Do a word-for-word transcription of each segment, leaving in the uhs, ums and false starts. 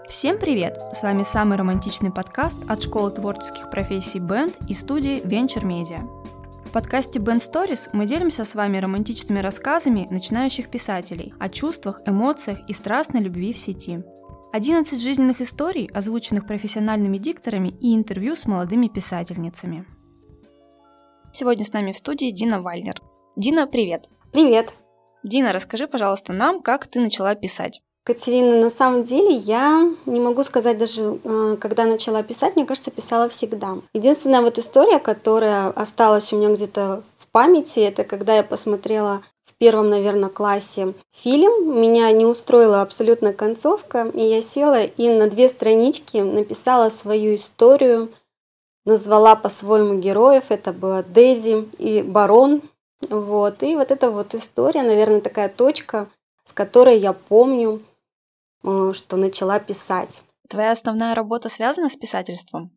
Всем привет! С вами самый романтичный подкаст от школы творческих профессий Band и студии Venture Media. В подкасте Band Stories мы делимся с вами романтичными рассказами начинающих писателей о чувствах, эмоциях и страстной любви в сети. одиннадцать жизненных историй, озвученных профессиональными дикторами, и интервью с молодыми писательницами. Сегодня с нами в студии Дина Вальнер. Дина, привет! Привет! Дина, расскажи, пожалуйста, нам, как ты начала писать. Катерина, на самом деле я не могу сказать даже, когда начала писать, мне кажется, писала всегда. Единственная вот история, которая осталась у меня где-то в памяти, это когда я посмотрела в первом, наверное, классе фильм. Меня не устроила абсолютно концовка, и я села и на две странички написала свою историю, назвала по-своему героев. Это была Дейзи и Барон. Вот. И вот эта вот история, наверное, такая точка, с которой я помню, что начала писать. Твоя основная работа связана с писательством?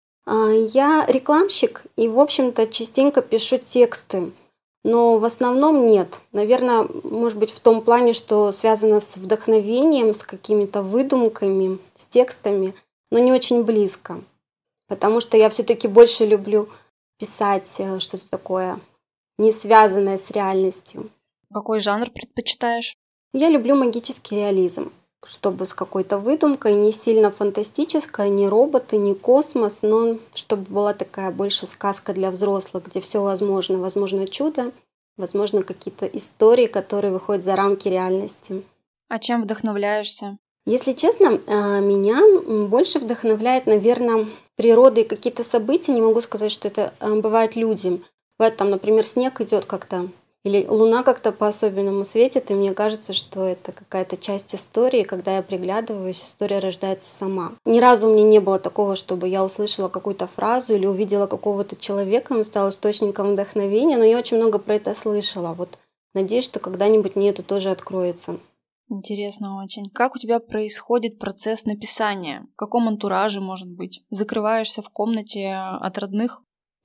Я рекламщик и, в общем-то, частенько пишу тексты, но в основном нет. Наверное, может быть, в том плане, что связано с вдохновением, с какими-то выдумками, с текстами, но не очень близко, потому что я все-таки больше люблю писать что-то такое, не связанное с реальностью. Какой жанр предпочитаешь? Я люблю магический реализм. Чтобы с какой-то выдумкой, не сильно фантастическая, не роботы, не космос, но чтобы была такая больше сказка для взрослых, где все возможно. Возможно чудо, возможно какие-то истории, которые выходят за рамки реальности. А чем вдохновляешься? Если честно, меня больше вдохновляет, наверное, природа и какие-то события. Не могу сказать, что это бывают люди. Бывает, там, например, снег идет как-то, или луна как-то по-особенному светит, и мне кажется, что это какая-то часть истории. Когда я приглядываюсь, история рождается сама. Ни разу у меня не было такого, чтобы я услышала какую-то фразу или увидела какого-то человека, он стал источником вдохновения, но я очень много про это слышала. Вот надеюсь, что когда-нибудь мне это тоже откроется. Интересно очень. Как у тебя происходит процесс написания? В каком антураже, может быть? Закрываешься в комнате от родных?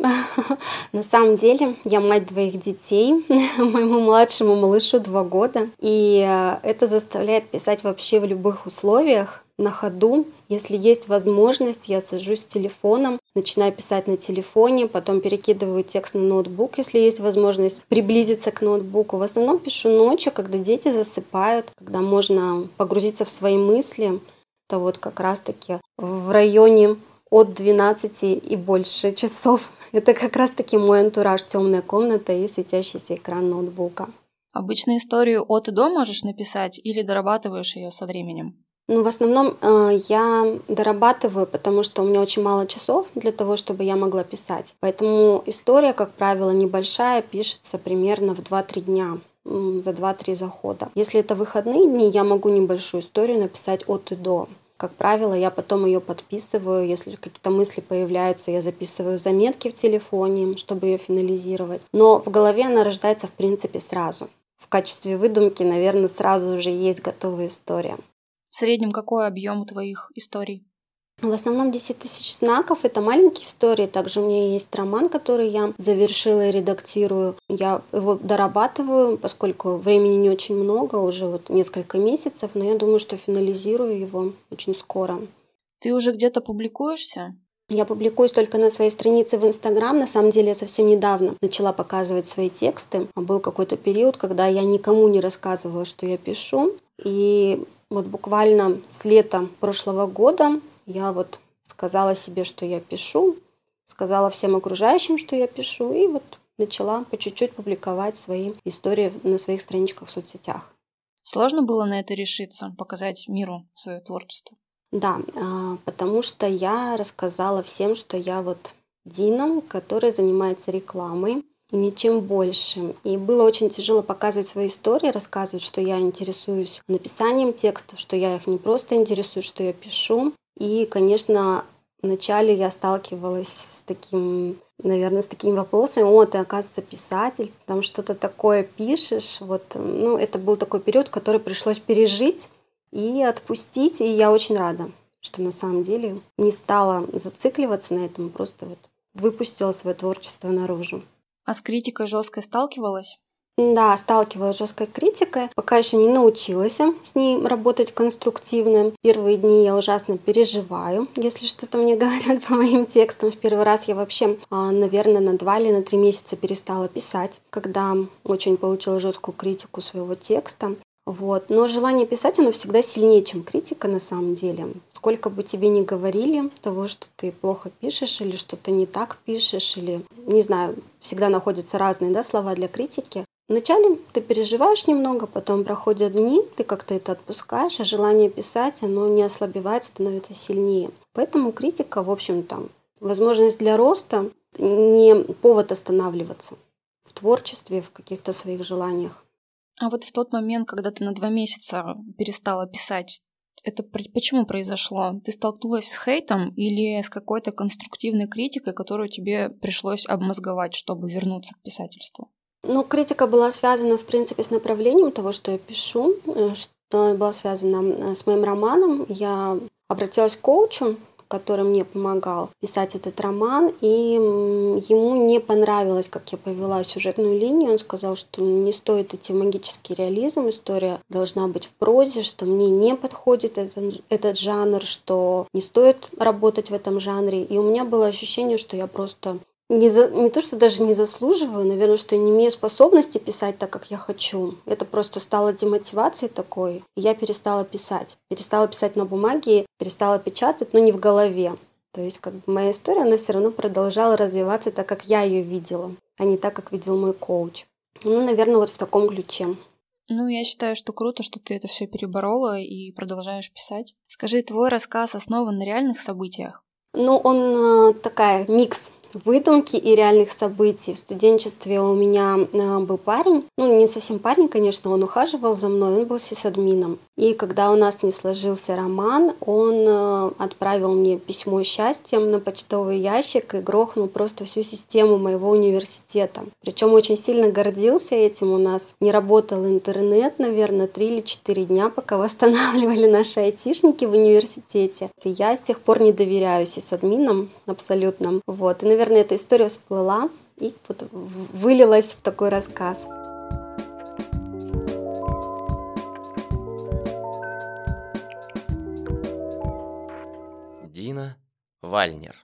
На самом деле, я мать двоих детей, моему младшему малышу два года, и это заставляет писать вообще в любых условиях, на ходу. Если есть возможность, я сажусь с телефоном, начинаю писать на телефоне, потом перекидываю текст на ноутбук, если есть возможность приблизиться к ноутбуку. В основном пишу ночью, когда дети засыпают, когда можно погрузиться в свои мысли. Это вот как раз-таки в районе от двенадцати и больше часов. Это как раз-таки мой антураж: темная комната и светящийся экран ноутбука. Обычно историю от и до можешь написать или дорабатываешь ее со временем? Ну, в основном э, я дорабатываю, потому что у меня очень мало часов для того, чтобы я могла писать. Поэтому история, как правило, небольшая, пишется примерно в два-три дня, за два-три захода. Если это выходные дни, я могу небольшую историю написать от и до. Как правило, я потом ее подписываю, если какие-то мысли появляются, я записываю заметки в телефоне, чтобы ее финализировать. Но в голове она рождается, в принципе, сразу. В качестве выдумки, наверное, сразу уже есть готовая история. В среднем какой объем у твоих историй? В основном десять тысяч знаков — это маленькие истории. Также у меня есть роман, который я завершила и редактирую. Я его дорабатываю, поскольку времени не очень много, уже вот несколько месяцев, но я думаю, что финализирую его очень скоро. Ты уже где-то публикуешься? Я публикуюсь только на своей странице в Инстаграм. На самом деле я совсем недавно начала показывать свои тексты. Был какой-то период, когда я никому не рассказывала, что я пишу. И вот буквально с лета прошлого года я вот сказала себе, что я пишу, сказала всем окружающим, что я пишу, и вот начала по чуть-чуть публиковать свои истории на своих страничках в соцсетях. Сложно было на это решиться, показать миру свое творчество? Да, потому что я рассказала всем, что я вот Дина, которая занимается рекламой, и ничем больше. И было очень тяжело показывать свои истории, рассказывать, что я интересуюсь написанием текстов, что я их не просто интересуюсь, что я пишу. И, конечно, вначале я сталкивалась с таким, наверное, с такими вопросами: о, ты, оказывается, писатель, там что-то такое пишешь. Вот, ну, это был такой период, который пришлось пережить и отпустить. И я очень рада, что на самом деле не стала зацикливаться на этом, просто вот выпустила свое творчество наружу. А с критикой жесткой сталкивалась? Да, сталкивалась с жесткой критикой, пока еще не научилась с ней работать конструктивно. Первые дни я ужасно переживаю, если что-то мне говорят по моим текстам. В первый раз я вообще, а, наверное, на два или на три месяца перестала писать, когда очень получила жесткую критику своего текста. Вот. Но желание писать, оно всегда сильнее, чем критика на самом деле. Сколько бы тебе ни говорили того, что ты плохо пишешь или что-то не так пишешь, или, не знаю, всегда находятся разные, да, слова для критики. Вначале ты переживаешь немного, потом проходят дни, ты как-то это отпускаешь, а желание писать, оно не ослабевает, становится сильнее. Поэтому критика, в общем-то, возможность для роста, не повод останавливаться в творчестве, в каких-то своих желаниях. А вот в тот момент, когда ты на два месяца перестала писать, это почему произошло? Ты столкнулась с хейтом или с какой-то конструктивной критикой, которую тебе пришлось обмозговать, чтобы вернуться к писательству? Ну, критика была связана, в принципе, с направлением того, что я пишу, что была связана с моим романом. Я обратилась к коучу, который мне помогал писать этот роман, и ему не понравилось, как я повела сюжетную линию. Он сказал, что не стоит идти в магический реализм, история должна быть в прозе, что мне не подходит этот, этот жанр, что не стоит работать в этом жанре. И у меня было ощущение, что я просто не, за, не то, что даже не заслуживаю, наверное, что я не имею способности писать так, как я хочу. Это просто стало демотивацией такой, и я перестала писать. Перестала писать на бумаге, перестала печатать, но не в голове. То есть как бы моя история, она все равно продолжала развиваться так, как я ее видела, а не так, как видел мой коуч. Ну, наверное, вот в таком ключе. Ну, я считаю, что круто, что ты это все переборола и продолжаешь писать. Скажи, твой рассказ основан на реальных событиях? Ну, он э, такая микс выдумки и реальных событий. В студенчестве у меня был парень, ну не совсем парень, конечно, он ухаживал за мной, он был сисадмином. И когда у нас не сложился роман, он отправил мне письмо счастья на почтовый ящик и грохнул просто всю систему моего университета. Причем очень сильно гордился этим. У нас не работал интернет, наверное, три или четыре дня, пока восстанавливали наши айтишники в университете. И я с тех пор не доверяю сисадминам абсолютно. Вот. И, наверное, эта история всплыла и вот вылилась в такой рассказ. Дина Вальнер.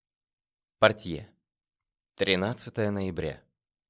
Портье. тринадцатое ноября.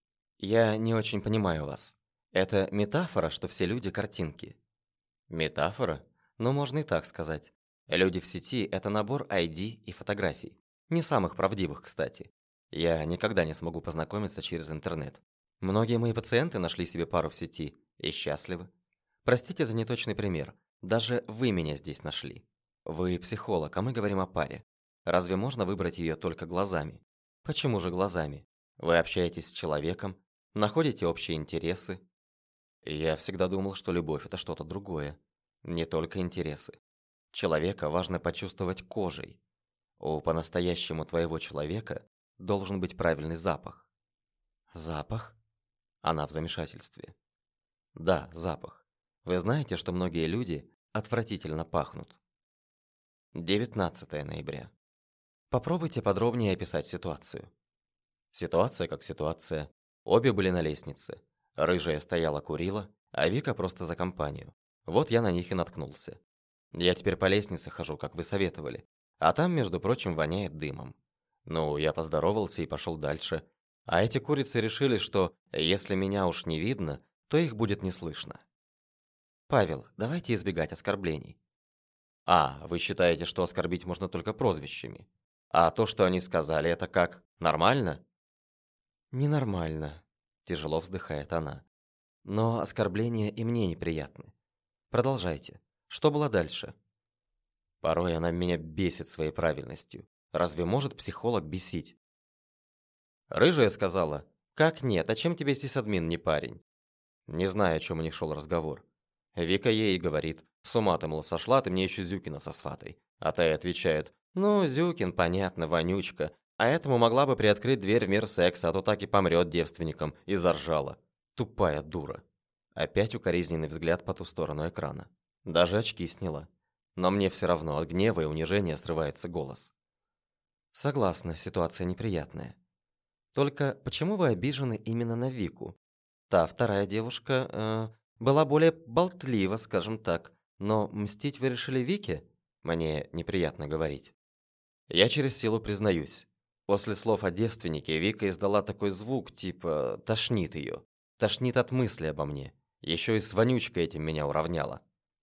Я не очень понимаю вас. Это метафора, что все люди картинки? Метафора? Ну, можно и так сказать. Люди в сети – это набор ай ди и фотографий. Не самых правдивых, кстати. Я никогда не смогу познакомиться через интернет. Многие мои пациенты нашли себе пару в сети и счастливы. Простите за неточный пример. Даже вы меня здесь нашли. Вы психолог, а мы говорим о паре. Разве можно выбрать ее только глазами? Почему же глазами? Вы общаетесь с человеком, находите общие интересы. Я всегда думал, что любовь – это что-то другое. Не только интересы. Человека важно почувствовать кожей. У по-настоящему твоего человека должен быть правильный запах. Запах? Она в замешательстве. Да, запах. Вы знаете, что многие люди отвратительно пахнут. девятнадцатое ноября. Попробуйте подробнее описать ситуацию. Ситуация как ситуация. Обе были на лестнице. Рыжая стояла курила, а Вика просто за компанию. Вот я на них и наткнулся. Я теперь по лестнице хожу, как вы советовали. А там, между прочим, воняет дымом. Ну, я поздоровался и пошел дальше. А эти курицы решили, что если меня уж не видно, то их будет не слышно. Павел, давайте избегать оскорблений. А, вы считаете, что оскорбить можно только прозвищами? А то, что они сказали, это как? Нормально? Ненормально, тяжело вздыхает она. Но оскорбления и мне неприятны. Продолжайте. Что было дальше? Порой она меня бесит своей правильностью. Разве может психолог бесить? Рыжая сказала: «Как нет, а чем тебе сисадмин не парень?» Не знаю, о чем у них шел разговор. Вика ей говорит: «С ума ты, мол, сошла, ты мне еще Зюкина сосватай». А та ей отвечает: «Ну, Зюкин, понятно, вонючка, а этому могла бы приоткрыть дверь в мир секса, а то так и помрет девственником», и заржала. Тупая дура. Опять укоризненный взгляд по ту сторону экрана. Даже очки сняла. Но мне все равно, от гнева и унижения срывается голос. Согласна, ситуация неприятная. Только почему вы обижены именно на Вику? та вторая девушка э, была более болтлива, скажем так. Но мстить вы решили Вике? Мне неприятно говорить. Я через силу признаюсь. После слов о девственнике Вика издала такой звук, типа тошнит ее. Тошнит от мысли обо мне. Еще и с вонючкой этим меня уравняла.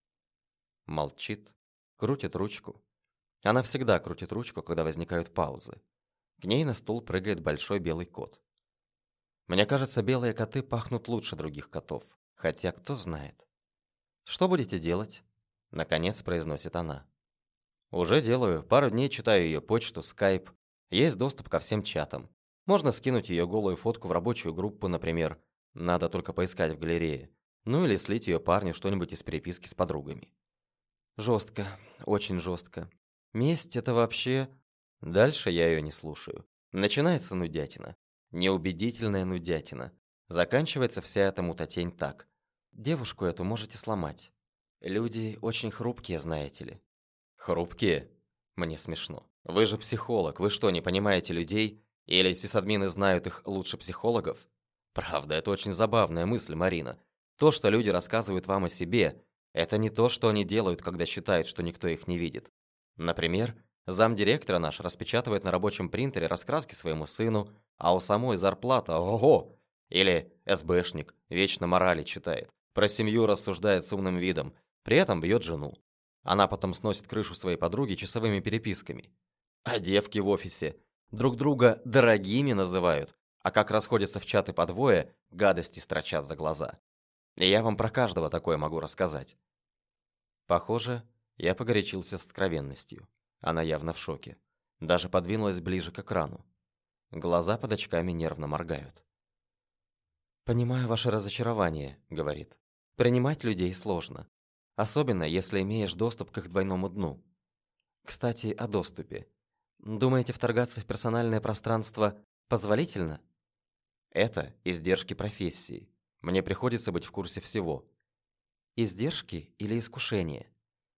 Молчит, крутит ручку. Она всегда крутит ручку, когда возникают паузы. К ней на стул прыгает большой белый кот. Мне кажется, белые коты пахнут лучше других котов. Хотя кто знает. «Что будете делать?» Наконец произносит она. «Уже делаю. Пару дней читаю ее почту, скайп. Есть доступ ко всем чатам. Можно скинуть ее голую фотку в рабочую группу, например. Надо только поискать в галерее. Ну или слить ее парню что-нибудь из переписки с подругами». Жестко, очень жестко. Месть — это вообще... Дальше я ее не слушаю. Начинается нудятина. Неубедительная нудятина. Заканчивается вся эта мутатень так. Девушку эту можете сломать. Люди очень хрупкие, знаете ли. Хрупкие? Мне смешно. Вы же психолог, вы что, не понимаете людей? Или сисадмины знают их лучше психологов? Правда, это очень забавная мысль, Марина. То, что люди рассказывают вам о себе, это не то, что они делают, когда считают, что никто их не видит. Например, замдиректора наш распечатывает на рабочем принтере раскраски своему сыну, а у самой зарплата ого! Или СБшник вечно морали читает, про семью рассуждает с умным видом, при этом бьет жену. Она потом сносит крышу своей подруги часовыми переписками. А девки в офисе друг друга дорогими называют, а как расходятся в чаты по двое, гадости строчат за глаза. И я вам про каждого такое могу рассказать. Похоже, я погорячился с откровенностью. Она явно в шоке. Даже подвинулась ближе к экрану. Глаза под очками нервно моргают. «Понимаю ваше разочарование», — говорит. «Принимать людей сложно. Особенно, если имеешь доступ к их двойному дну. Кстати, о доступе. Думаете, вторгаться в персональное пространство позволительно? Это издержки профессии. Мне приходится быть в курсе всего. Издержки или искушение?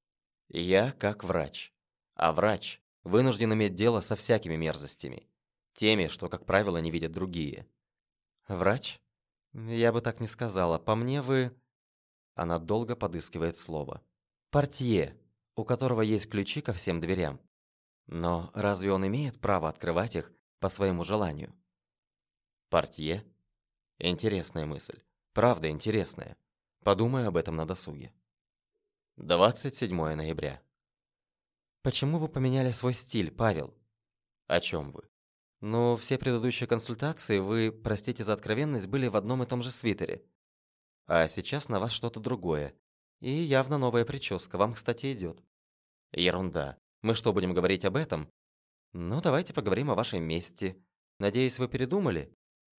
Я как врач. А врач вынужден иметь дело со всякими мерзостями. Теми, что, как правило, не видят другие. Врач? Я бы так не сказала. По мне вы... Она долго подыскивает слово. Портье, у которого есть ключи ко всем дверям. Но разве он имеет право открывать их по своему желанию? Портье? Интересная мысль. Правда интересная. Подумаю об этом на досуге. двадцать седьмое ноября. Почему вы поменяли свой стиль, Павел? О чем вы? Ну, все предыдущие консультации вы, простите за откровенность, были в одном и том же свитере. А сейчас на вас что-то другое. И явно новая прическа. Вам, кстати, идет. Ерунда. Мы что, будем говорить об этом? Ну, давайте поговорим о вашей мести. Надеюсь, вы передумали?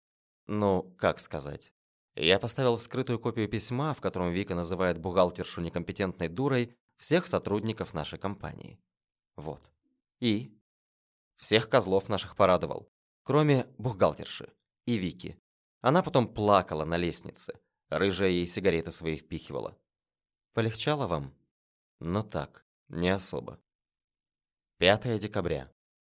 Ну, как сказать. Я поставил вскрытую копию письма, в котором Вика называет бухгалтершу некомпетентной дурой, всех сотрудников нашей компании. Вот. И? Всех козлов наших порадовал. Кроме бухгалтерши и Вики. Она потом плакала на лестнице. Рыжая ей сигареты свои впихивала. Полегчало вам? Ну так, не особо. пятое декабря.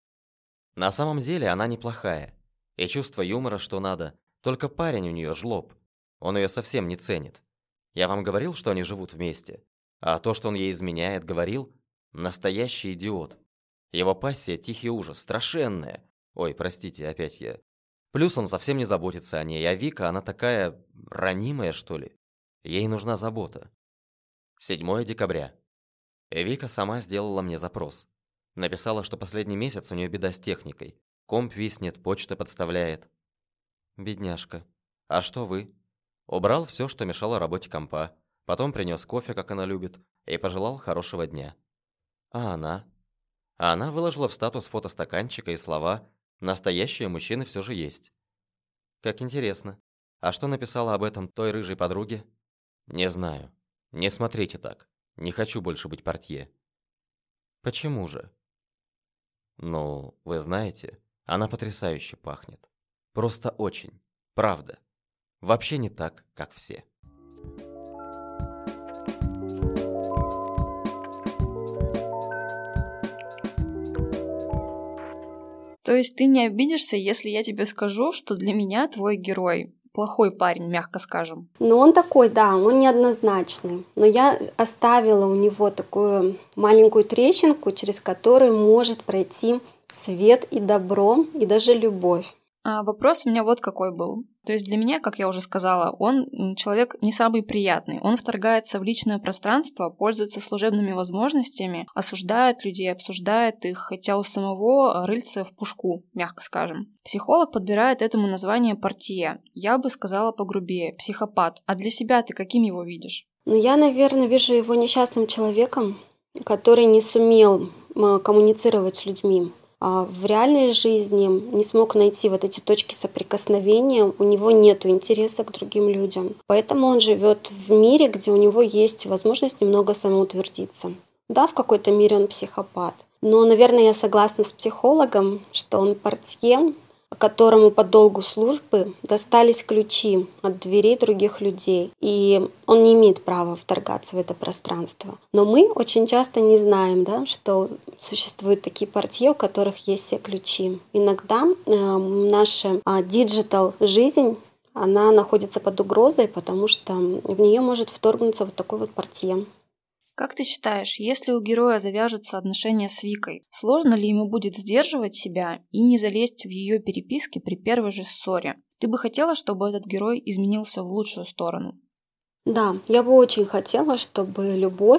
На самом деле она неплохая. И чувство юмора, что надо. Только парень у нее жлоб. Он ее совсем не ценит. Я вам говорил, что они живут вместе. А то, что он ей изменяет, говорил, настоящий идиот. Его пассия тихий ужас, страшенная. Ой, простите, опять я... Плюс он совсем не заботится о ней, а Вика, она такая ранимая, что ли. Ей нужна забота. седьмое декабря. Вика сама сделала мне запрос. Написала, что последний месяц у нее беда с техникой. Комп виснет, почта подставляет. Бедняжка. А что вы? Убрал все, что мешало работе компа. Потом принес кофе, как она любит, и пожелал хорошего дня. А она? А она выложила в статус фото стаканчика и слова «Настоящие мужчины все же есть». Как интересно. А что написала об этом той рыжей подруге? Не знаю. Не смотрите так. Не хочу больше быть портье. Почему же? Ну, вы знаете, она потрясающе пахнет. Просто очень. Правда. Вообще не так, как все. То есть ты не обидишься, если я тебе скажу, что для меня твой герой плохой парень, мягко скажем. Ну, он такой, да, он неоднозначный. Но я оставила у него такую маленькую трещинку, через которую может пройти свет и добро, и даже любовь. А вопрос у меня вот какой был. То есть для меня, как я уже сказала, он человек не самый приятный. Он вторгается в личное пространство, пользуется служебными возможностями, осуждает людей, обсуждает их, хотя у самого рыльце в пушку, мягко скажем. Психолог подбирает этому название портье. Я бы сказала погрубее, психопат. А для себя ты каким его видишь? Ну, я, наверное, вижу его несчастным человеком, который не сумел коммуницировать с людьми. В реальной жизни не смог найти вот эти точки соприкосновения, у него нет интереса к другим людям. Поэтому он живет в мире, где у него есть возможность немного самоутвердиться. Да, в какой-то мере он психопат. Но, наверное, я согласна с психологом, что он портье, которому по долгу службы достались ключи от дверей других людей, и он не имеет права вторгаться в это пространство. Но мы очень часто не знаем, да, что существуют такие портье, у которых есть все ключи. Иногда э, наша диджитал-жизнь, она находится под угрозой, потому что в нее может вторгнуться вот такой вот портье. Как ты считаешь, если у героя завяжутся отношения с Викой, сложно ли ему будет сдерживать себя и не залезть в ее переписки при первой же ссоре? Ты бы хотела, чтобы этот герой изменился в лучшую сторону? Да, я бы очень хотела, чтобы любовь,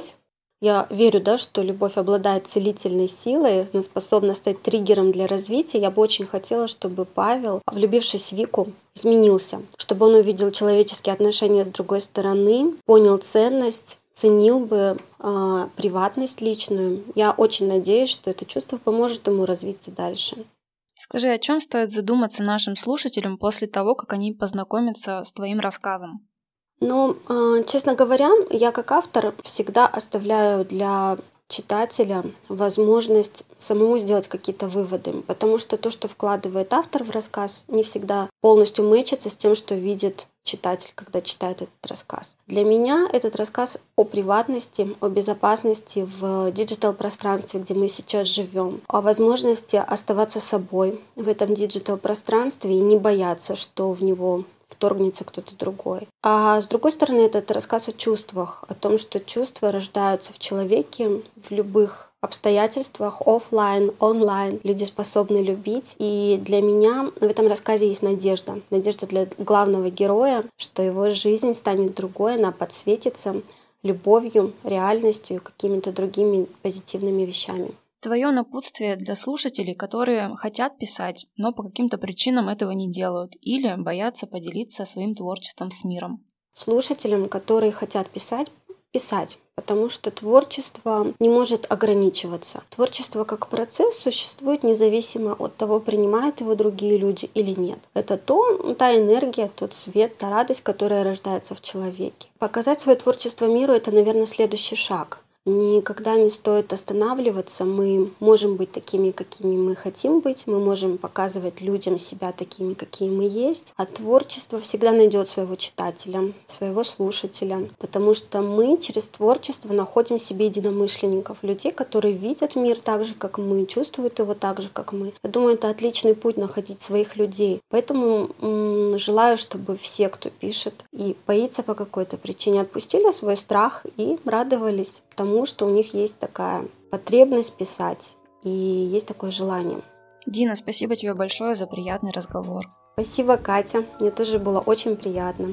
я верю, да, что любовь обладает целительной силой, она способна стать триггером для развития. Я бы очень хотела, чтобы Павел, влюбившись в Вику, изменился, чтобы он увидел человеческие отношения с другой стороны, понял ценность, ценил бы э, приватность личную. Я очень надеюсь, что это чувство поможет ему развиться дальше. Скажи, о чем стоит задуматься нашим слушателям после того, как они познакомятся с твоим рассказом? Ну, э, честно говоря, я как автор всегда оставляю для читателя возможность самому сделать какие-то выводы, потому что то, что вкладывает автор в рассказ, не всегда полностью мэчится с тем, что видит читатель, когда читает этот рассказ. Для меня этот рассказ о приватности, о безопасности в диджитал-пространстве, где мы сейчас живем, о возможности оставаться собой в этом диджитал-пространстве и не бояться, что в него вторгнется кто-то другой. А с другой стороны, это рассказ о чувствах, о том, что чувства рождаются в человеке в любых обстоятельствах, офлайн, онлайн. Люди способны любить. И для меня в этом рассказе есть надежда. Надежда для главного героя, что его жизнь станет другой, она подсветится любовью, реальностью и какими-то другими позитивными вещами. Твое напутствие для слушателей, которые хотят писать, но по каким-то причинам этого не делают или боятся поделиться своим творчеством с миром. Слушателям, которые хотят писать, писать, потому что творчество не может ограничиваться. Творчество как процесс существует независимо от того, принимают его другие люди или нет. Это то, та энергия, тот свет, та радость, которая рождается в человеке. Показать свое творчество миру — это, наверное, следующий шаг. Никогда не стоит останавливаться. Мы можем быть такими, какими мы хотим быть. Мы можем показывать людям себя такими, какие мы есть. А творчество всегда найдет своего читателя, своего слушателя. Потому что мы через творчество находим себе единомышленников, людей, которые видят мир так же, как мы, чувствуют его так же, как мы. Я думаю, это отличный путь находить своих людей. Поэтому м- желаю, чтобы все, кто пишет и боится по какой-то причине, отпустили свой страх и радовались тому, что у них есть такая потребность писать и есть такое желание. Дина, спасибо тебе большое за приятный разговор. Спасибо, Катя. Мне тоже было очень приятно.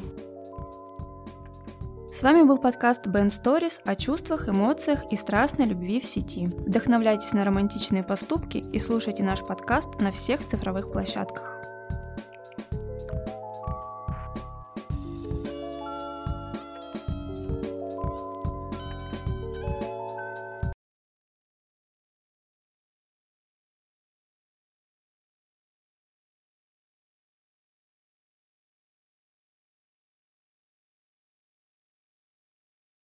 С вами был подкаст Ben Stories о чувствах, эмоциях и страстной любви в сети. Вдохновляйтесь на романтичные поступки и слушайте наш подкаст на всех цифровых площадках.